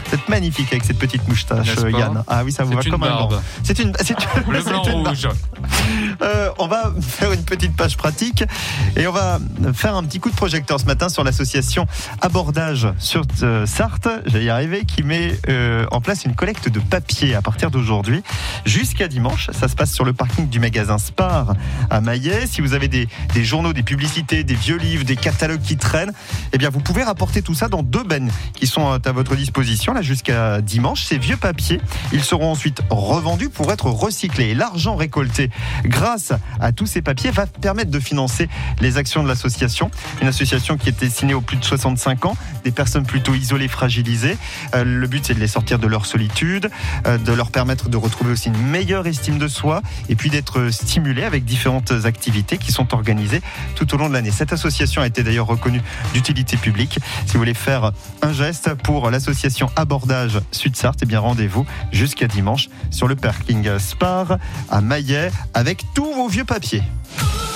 Vous êtes magnifique avec cette petite moustache, Yann. Ah oui, ça vous va comme un gant. C'est une bleu, blanc, rouge. On va faire une petite page pratique et on va faire un petit coup de projecteur ce matin sur l'association Abordage sur Sarthe, j'allais y arriver, qui met en place une collecte de papier à partir d'aujourd'hui jusqu'à dimanche. Ça se passe sur le parking du magasin Spar à Maillet. Si vous avez des journaux, des publicités, des vieux livres, des catalogues qui traînent, eh bien vous pouvez rapporter tout ça dans 2 bennes qui sont à votre disposition là jusqu'à dimanche. Ces vieux papiers, ils seront ensuite revendus pour être recyclés. Et l'argent récolté grâce à tous ces papiers va permettre de financer les actions de l'association. Une association qui est destinée aux plus de 65 ans, des personnes plutôt isolées, fragilisées. Le but, c'est de les sortir de leur solitude, de leur permettre de retrouver aussi une meilleure estime de soi et puis d'être stimulés avec différentes activités qui sont organisées tout au long de l'année. Cette association a été d'ailleurs reconnue d'utilité publique. Si vous voulez faire un geste pour l'association Abordage Sud-Sarthe, eh bien rendez-vous jusqu'à dimanche sur le parking Spar à Maillet avec tous vos vieux papiers.